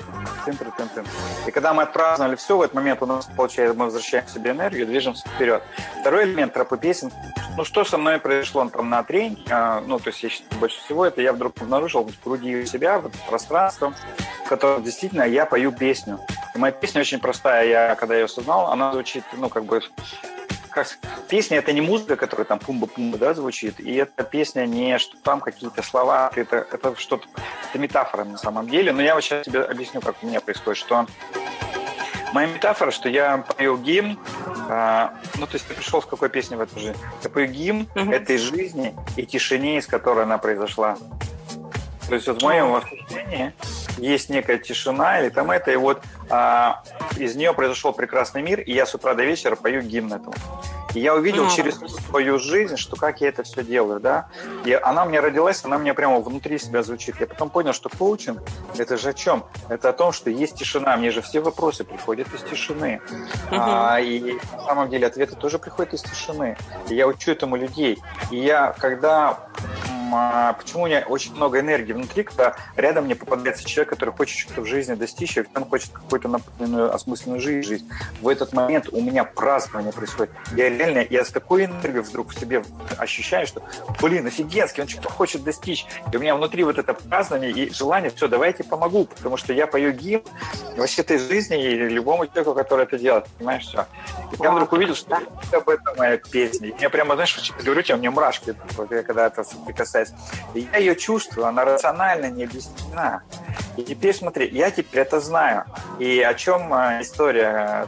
И когда мы отпраздновали все, в этот момент у нас получается, мы возвращаем себе энергию, движемся вперед. Второй элемент тропы песен. Что со мной произошло там на тренинге, то есть я считаю, больше всего это я вдруг обнаружил в груди себя, вот пространство, в котором действительно я пою песню. И моя песня очень простая, когда я ее осознал, она звучит, песня — это не музыка, которая там пумба-пумба, да, звучит, и эта песня не что там какие-то слова, это что-то, это метафора на самом деле. Но я вот сейчас тебе объясню, как у меня происходит, что моя метафора, что я пою гимн, то есть ты пришел с какой песней в эту жизнь? Я пою гимн этой жизни и тишине, из которой она произошла. То есть вот в моем воскресении есть некая тишина, или там это, и вот из нее произошел прекрасный мир, и я с утра до вечера пою гимн этому. И я увидел через свою жизнь, что как я это все делаю, да. И она у меня родилась, она у меня прямо внутри себя звучит. Я потом понял, что коучинг – это же о чем? Это о том, что есть тишина. Мне же все вопросы приходят из тишины. И на самом деле ответы тоже приходят из тишины. И я учу этому людей. И я, почему у меня очень много энергии внутри, когда рядом мне попадается человек, который хочет что-то в жизни достичь, и он хочет какую-то наполненную, осмысленную жизнь жить. В этот момент у меня празднование происходит. Я с такой энергией вдруг в себе ощущаю, что, офигенский, он что-то хочет достичь. И у меня внутри вот это празднование и желание, все, давайте помогу, потому что я пою гимн вообще этой жизни и любому человеку, который это делает, понимаешь, все. И я вдруг увидел, что об этом моя песня. И я прямо, говорю тебе, у меня мурашки, когда это прикасается. И я ее чувствую, она рационально не объяснена. И теперь смотри, я теперь это знаю. И о чем история,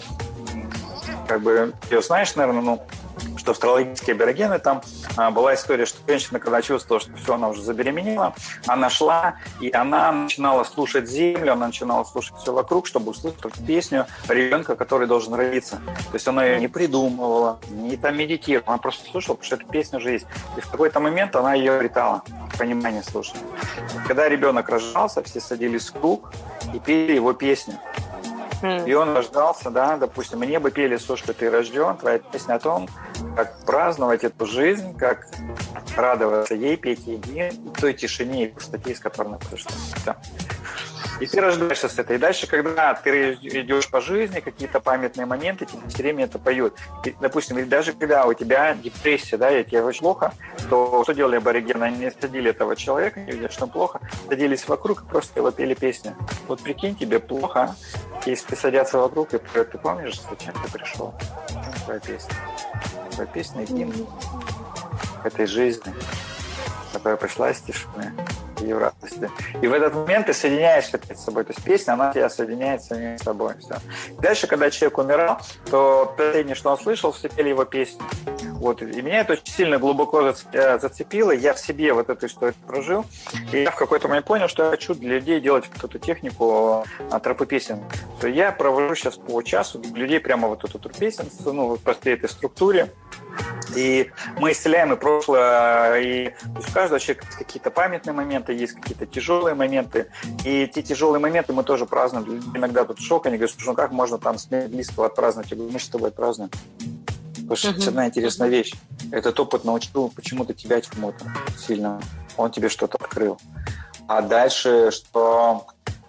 ее знаешь, наверное, что австралопитекие аборигены, там была история, что женщина, когда чувствовала, что все, она уже забеременела, она шла, и она начинала слушать землю, она начинала слушать все вокруг, чтобы услышать песню ребенка, который должен родиться. То есть она ее не придумывала, не там медитировала, она просто слушала, потому что эта песня уже есть. И в какой-то момент она ее обретала, понимание слушания. Когда ребенок рождался, все садились в круг и пели его песню. И он рождался, да, допустим, мне бы пели «Сушка, ты рожден», твоя песня о том, как праздновать эту жизнь, как радоваться ей, петь ей гимн, той тишине и пустоте, из которой она пришла. Да. И ты рождаешься с этой. И дальше, когда ты идешь по жизни, какие-то памятные моменты, тебе все время это поют. И, допустим, или даже когда у тебя депрессия, да, и тебе очень плохо, то что делали аборигены? Они садили этого человека, не видят, что плохо, садились вокруг и просто его пели песни. Вот прикинь, тебе плохо, если садятся вокруг и поют, ты помнишь, зачем ты пришел? Твоя песня. Твоя песня и гимн этой жизни, которая пришла из тишины и в радости. И в этот момент ты соединяешься с собой. То есть песня, она тебя соединяет с самим собой. Все. Дальше, когда человек умирал, то последнее, что он слышал, все пели его песни. Вот. И меня это очень сильно глубоко зацепило. Я в себе вот эту историю прожил. И я в какой-то момент понял, что я хочу для людей делать вот эту технику тропы песен. То я провожу сейчас по часу для людей прямо вот эту тропу песен, по этой структуре. И мы исцеляем и прошлое, и то есть у каждого человека есть какие-то памятные моменты, есть какие-то тяжелые моменты, и те тяжелые моменты мы тоже празднуем. Иногда тут шок, они говорят, что как можно там смерть близкого отпраздновать? Я говорю, мы с тобой празднуем. Потому что это одна интересная вещь. Этот опыт научил почему-то тебя чему-то сильно. Он тебе что-то открыл. А дальше, что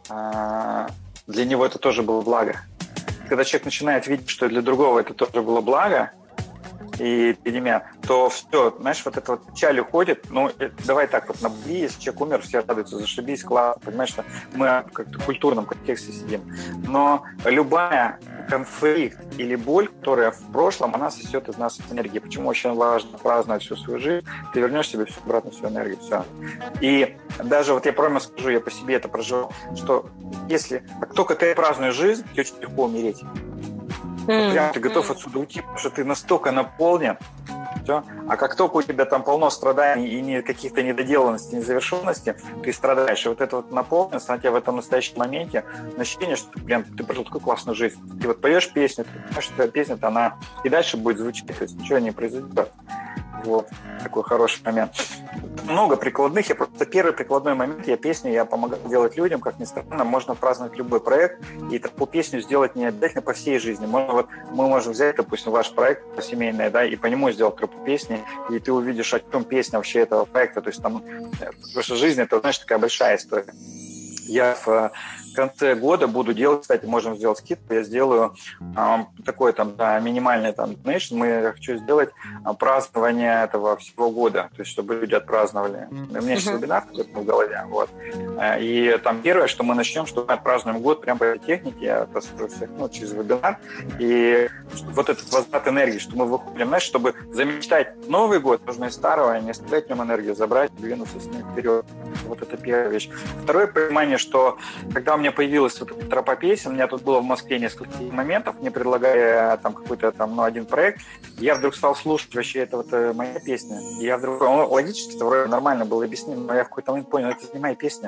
для него это тоже было благо. Когда человек начинает видеть, что для другого это тоже было благо, и для меня, то все, знаешь, вот это вот печаль уходит. Ну, давай так вот, на Бали, если человек умер, все радуются, зашибись, классно, понимаешь, что мы как-то в культурном контексте сидим. Но любая конфликт или боль, которая в прошлом, она сосет из нас энергии. Почему очень важно праздновать всю свою жизнь, ты вернешь себе всю обратно всю энергию, все. И даже вот я прямо скажу, я по себе это прожил, что если как только ты празднуешь жизнь, тебе очень легко умереть. Прям ты готов отсюда уйти, потому что ты настолько наполнен. Все. А как только у тебя там полно страданий и каких-то недоделанностей, незавершенностей, ты страдаешь. И вот эта вот наполненность, она тебя в этом настоящем моменте, ощущение, что ты прожил такую классную жизнь. Ты вот поешь песню, ты понимаешь, что твоя песня-то она и дальше будет звучать, то есть ничего не произойдет. Вот, такой хороший момент. Много прикладных. Я просто первый прикладной момент, я помогал делать людям, как ни странно, можно праздновать любой проект, и такую песню сделать не обязательно по всей жизни. Мы можем взять, допустим, ваш проект семейный, да, и по нему сделать группу песни, и ты увидишь, о чем песня вообще этого проекта. То есть там, потому что жизнь, это, знаешь, такая большая история. Я в конце года буду делать, кстати, можем сделать скидку, я сделаю такой там, да, минимальный там donation, я хочу сделать празднование этого всего года, то есть чтобы люди отпраздновали. У меня сейчас вебинар в голове, вот. И там первое, что мы начнем, что мы отпразднуем год прямо по этой технике, я расскажу всех, через вебинар, и вот этот возврат энергии, что мы выходим, знаешь, чтобы замечтать Новый год, нужно из старого, не оставлять в нем энергию, забрать, двинуться с ним вперед. Вот это первая вещь. Второе понимание, что когда у меня появилась вот эта тропа песен, у меня тут было в Москве несколько моментов, мне предлагали там какой-то там, один проект, я вдруг стал слушать вообще, это вот моя песня. И я вдруг, логически это вроде нормально было объяснено, но я в какой-то момент понял, это не моя песня.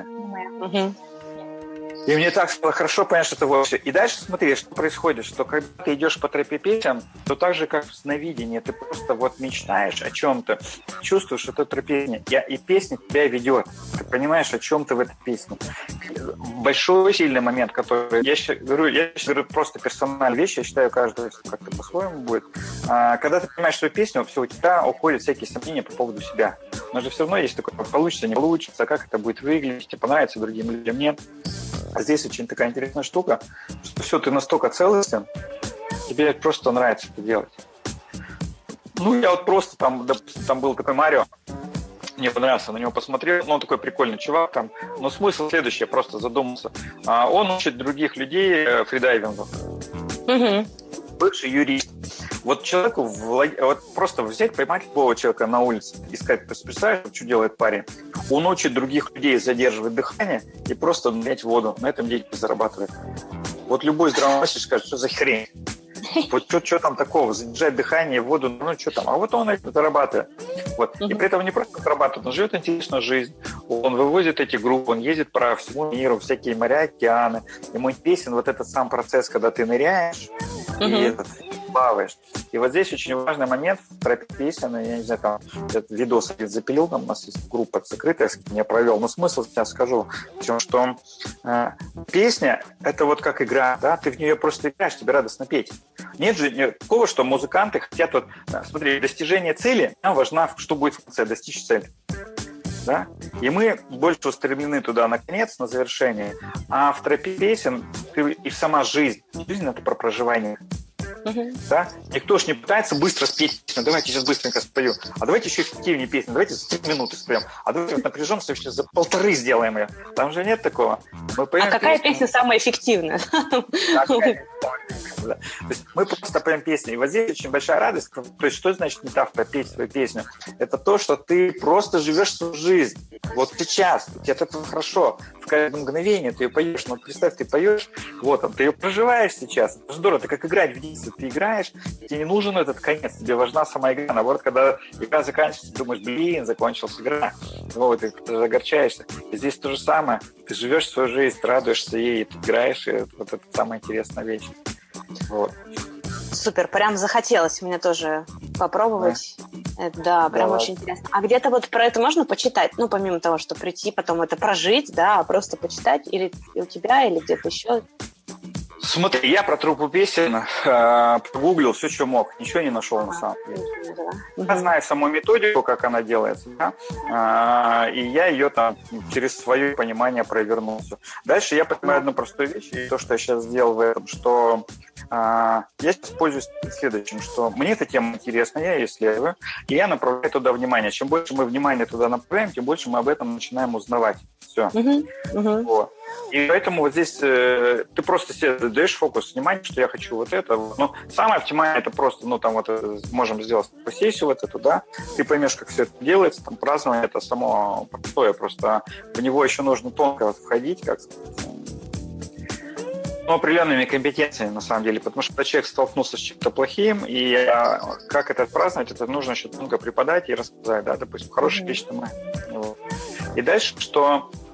И мне так стало хорошо понять, что это вообще. И дальше смотри, что происходит, что когда ты идешь по тропе песен, то так же, как в сновидении, ты просто вот мечтаешь о чем-то, чувствуешь, что это песня, и песня тебя ведет. Ты понимаешь, о чем ты в этой песне. Большой сильный момент, который... Я сейчас говорю просто персональная вещь, я считаю, каждый как-то по-своему будет. Когда ты понимаешь свою песню, все, у тебя уходят всякие сомнения по поводу себя. Но же все равно есть такое, получится, не получится, как это будет выглядеть, тебе понравится, другим людям нет. А здесь очень такая интересная штука, что все, ты настолько целостен, тебе просто нравится это делать. Я вот просто там, допустим, там был такой Марио, мне понравился, на него посмотрел, он такой прикольный чувак там, но смысл следующий, я просто задумался. Он учит других людей фридайвингу. Бывший юрист. Вот человеку вот просто взять, поймать любого человека на улице и сказать, ты представляешь, что делает парень? Он учит других людей задерживать дыхание и просто нырять в воду. На этом деньги зарабатывает. Вот любой здравомыслящий скажет, что за хрень? Вот что там такого? Задержать дыхание, воду, что там? А вот он это зарабатывает. Вот. И при этом не просто зарабатывает, он живет интересную жизнь. Он вывозит эти группы, он ездит по всему миру, всякие моря, океаны. Ему интересен вот этот сам процесс, когда ты ныряешь и плаваешь. И вот здесь очень важный момент в тропе песен, я не знаю, там этот видос запилил, там у нас есть группа закрытая, с кем я провел, но смысл сейчас скажу, в том, что песня – это вот как игра, да, ты в нее просто играешь, тебе радостно петь. Нет же такого, что музыканты хотят, вот, смотри, достижение цели, нам важно, что будет в конце, достичь цели. Да? И мы больше устремлены туда на конец, на завершение, а в тропе песен и сама жизнь. Жизнь – это про проживание. Да? Никто ж не пытается быстро спеть песню. Давайте сейчас быстренько спою. А давайте еще эффективнее песню. Давайте за 3 минуты споем. А давайте вот напряжемся, сейчас за 1,5 сделаем ее. Там же нет такого. Мы поем какая песня самая эффективная? То есть мы просто поем песни. И вот здесь очень большая радость. То есть что значит метафора петь свою песню? Это то, что ты просто живешь свою жизнь. Вот сейчас. Тебе от этого хорошо. В каждое мгновение ты ее поешь. Но представь, ты поешь, вот он, ты ее проживаешь сейчас. Это здорово. Это как играть в детстве. Ты играешь, тебе не нужен этот конец. Тебе важна сама игра. Наоборот, когда игра заканчивается, ты думаешь, закончилась игра. Вот, ты огорчаешься. И здесь то же самое. Ты живешь свою жизнь, радуешься ей, ты играешь, и вот это самая интересная вещь. Вот. Супер, прям захотелось мне тоже попробовать. Да, прям очень интересно. А где-то вот про это можно почитать? Помимо того, что прийти, потом это прожить, да, просто почитать или у тебя, или где-то еще? Смотри, я про труппу песен погуглил все, что мог. Ничего не нашел на самом деле. Я знаю саму методику, как она делается, да? И я ее там через свое понимание провернул. Дальше я понимаю одну простую вещь, и то, что я сейчас сделал в этом, что я сейчас пользуюсь следующим, что мне эта тема интересна, я ее исследую, и я направляю туда внимание. Чем больше мы внимания туда направляем, тем больше мы об этом начинаем узнавать. Все. Вот. И поэтому вот здесь ты просто себе даешь фокус внимания, что я хочу вот это. Но самое оптимальное это просто, можем сделать сессию вот эту, да, ты поймешь, как все это делается, там празднование это само простое, просто в него еще нужно тонко входить, как сказать, определенными компетенциями, на самом деле, потому что когда человек столкнулся с чем-то плохим, и как это праздновать, это нужно еще тонко преподать и рассказать, да, допустим, хорошие вещи. И дальше, что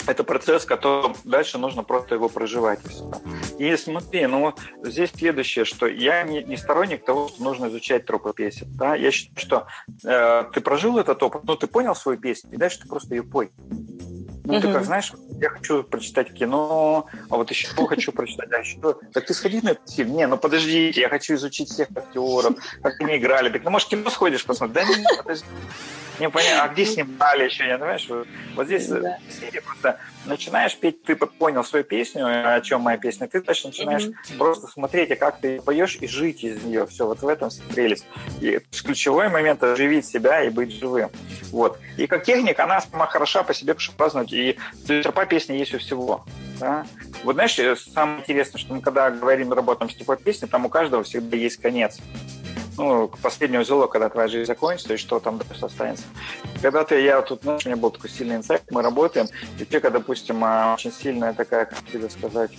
это процесс, который дальше нужно просто его проживать. И смотри, здесь следующее, что я не сторонник того, что нужно изучать тропы песен. Да? Я считаю, что ты прожил этот опыт, ты понял свою песню, и дальше ты просто ее пой. Ты как, знаешь, я хочу прочитать кино, а вот еще хочу прочитать, а еще... Так ты сходи на этот фильм. Не, подождите, я хочу изучить всех актеров, как они играли. Так, может, кино сходишь посмотреть? Да нет, подожди. Не понятно, а где снимали еще, не понимаешь? Вот здесь серия просто начинаешь петь, ты понял свою песню, о чем моя песня, ты дальше начинаешь просто смотреть, а как ты поешь, и жить из нее. Все, вот в этом прелесть. И ключевой момент — оживить себя и быть живым. Вот. И как техника, она сама хороша по себе, чтобы праздновать. И тропа песни есть у всего. Да? Вот знаешь, самое интересное, что мы когда говорим, работаем с тропой песни, там у каждого всегда есть конец. Последний узелок, когда твоя жизнь закончится, и что там дальше останется. Когда-то у меня был такой сильный инсайт, мы работаем, и человека, допустим, очень сильная такая, как тебе сказать,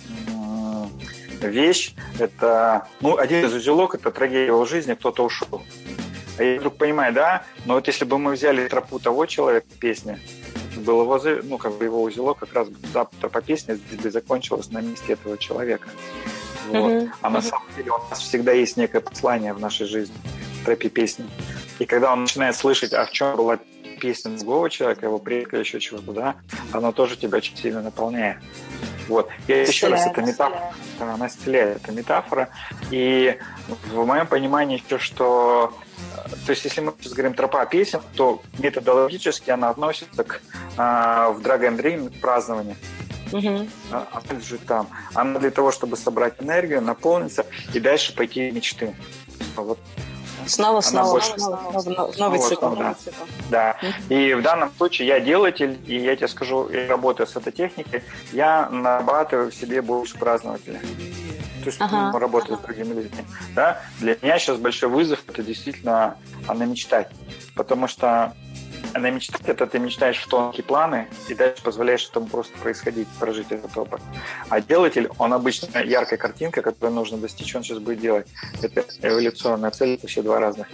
вещь, это, один из узелок, это трагедия его жизни, кто-то ушел. А я вдруг понимаю, да, но вот если бы мы взяли тропу того человека, песни, был его узелок, как раз тропа песни бы закончилась на месте этого человека. Вот. А на самом деле у нас всегда есть некое послание в нашей жизни, в тропе песни. И когда он начинает слышать, в чем была песня другого человека, его предка, еще чего-то, да, оно тоже тебя очень сильно наполняет. Вот. И еще раз, это метафора. Она исцеляет, это метафора. И в моем понимании еще, что... То есть, если мы сейчас говорим тропа песен, то методологически она относится в Drag and Dream к празднованию. Она лежит там. Она для того, чтобы собрать энергию, наполниться и дальше пойти в мечты. Вот. Снова новый цикл. Да. И в данном случае я делатель, и я тебе скажу, я работаю с этой техникой, я нарабатываю в себе больше празднователя. То есть работаю с другими людьми. Да? Для меня сейчас большой вызов — это действительно намечтать. Потому что намечтать — это ты мечтаешь в тонкие планы и дальше позволяешь этому просто происходить, прожить этот опыт. А делатель, он обычно яркая картинка, которую нужно достичь, он сейчас будет делать. Это эволюционная цель, это вообще два разных.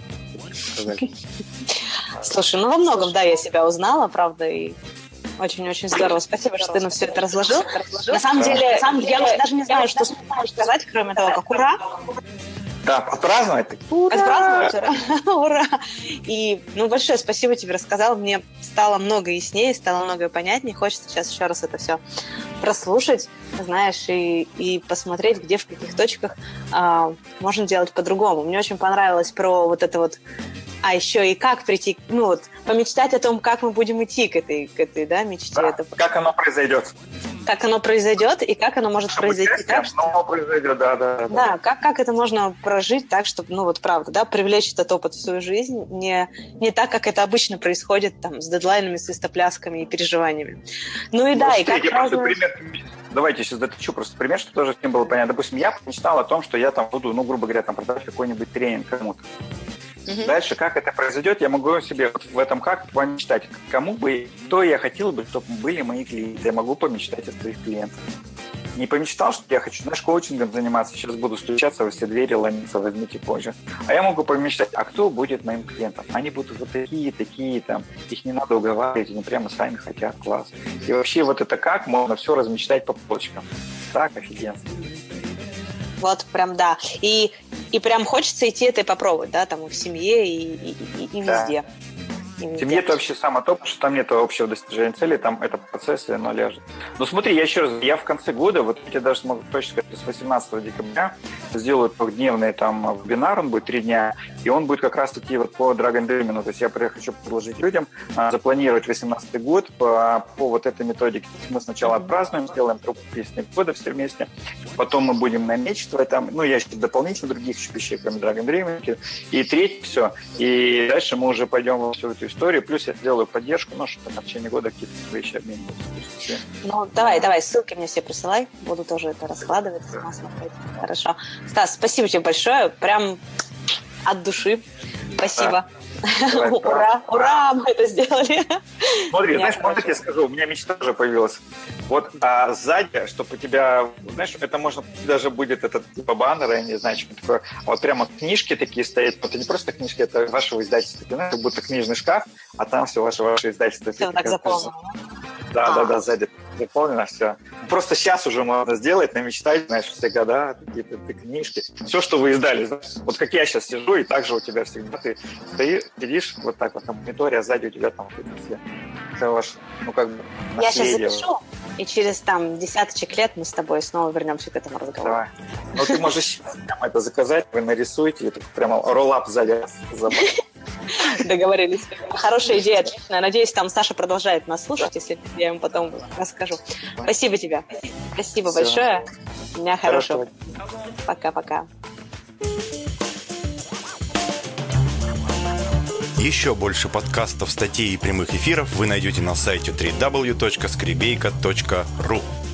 Слушай, во многом, да, я себя узнала, правда, и очень-очень здорово. Спасибо, что ты нам все это разложил. На самом деле, я даже не знаю, что сказать, кроме того, как ура. Да, отпраздновать. Отпраздновать, ура! И большое спасибо тебе рассказал. Мне стало много яснее, стало много понятнее. Хочется сейчас еще раз это все прослушать, знаешь, и посмотреть, где, в каких точках можно делать по-другому. Мне очень понравилось про вот это вот. А еще и как прийти, помечтать о том, как мы будем идти к этой да, мечте. Да, как оно произойдет. Как оно произойдет и как оно может произойти так, что... Оно произойдет, да. Да, как это можно прожить так, чтобы, правда, да, привлечь этот опыт в свою жизнь, не так, как это обычно происходит там с дедлайнами, свистоплясками и переживаниями. И как праздновать... Давайте сейчас доточу просто пример, чтобы тоже всем было понятно. Допустим, я мечтал о том, что я там буду, грубо говоря, продавать какой-нибудь тренинг кому-то. Дальше, как это произойдет, я могу себе в этом как помечтать. Кто я хотел бы, чтобы были мои клиенты. Я могу помечтать о своих клиентах. Не помечтал, что я хочу, коучингом заниматься, сейчас буду стучаться во все двери, ломиться, возьмите позже. А я могу помечтать, а кто будет моим клиентом? Они будут вот такие, там, их не надо уговаривать, они прямо сами хотят, класс. И вообще вот это как можно все размечтать по полочкам. Так, офигенно. Вот прям, да. И прям хочется идти это и попробовать, да, там и в семье, и везде. В семье это вообще самое топ, что там нет общего достижения цели, там это процесс, и оно ляжет. Но смотри, я в конце года, вот я даже смогу точно сказать, с 18 декабря сделаю трехдневный там вебинар, он будет 3 дня, и он будет как раз-таки вот по Drag and Dream. То есть я хочу предложить людям запланировать 18 год по вот этой методике. Мы сначала отпразднуем, сделаем трубку песни года все вместе, потом мы будем намечтывать там, я еще дополнительно других вещей, кроме Drag and Dream, и третье все, и дальше мы уже пойдем во всю эту историю, плюс я сделаю поддержку, чтобы в течение года какие-то вещи обмениваться. Давай, ссылки мне все присылай, буду тоже это раскладывать, смотреть. Хорошо. Стас, спасибо тебе большое, прям от души. Спасибо. Ура, мы это сделали. Смотри, знаешь, можно я скажу, у меня мечта уже появилась. Вот сзади, чтобы у тебя, знаешь, это можно, даже будет этот типа баннер, я не знаю, что такое, вот прямо книжки такие стоят, это не просто книжки, это вашего издательства, знаешь, как будто книжный шкаф, а там все ваше издательство. Все так заполнено. Да, сзади. заполнено все. Просто сейчас уже можно сделать, намечтать, знаешь, все года, какие-то книжки. Все, что вы издали, знаешь. Вот как я сейчас сижу, и также у тебя всегда ты сидишь вот так вот на мониторе, а сзади у тебя там все ваше, ну, как бы, я сейчас запишу, и через там десяточек лет мы с тобой снова вернемся к этому разговору. Давай. Ну, ты можешь прямо это заказать, вы нарисуете, и прямо роллап сзади забрать. Договорились. Хорошая идея, отлично. Надеюсь, там Саша продолжает нас слушать, если я ему потом расскажу. Спасибо тебе. Спасибо большое. Дня хорошего. Пока-пока. Еще больше подкастов, статей и прямых эфиров вы найдете на сайте www.skribeyka.ru.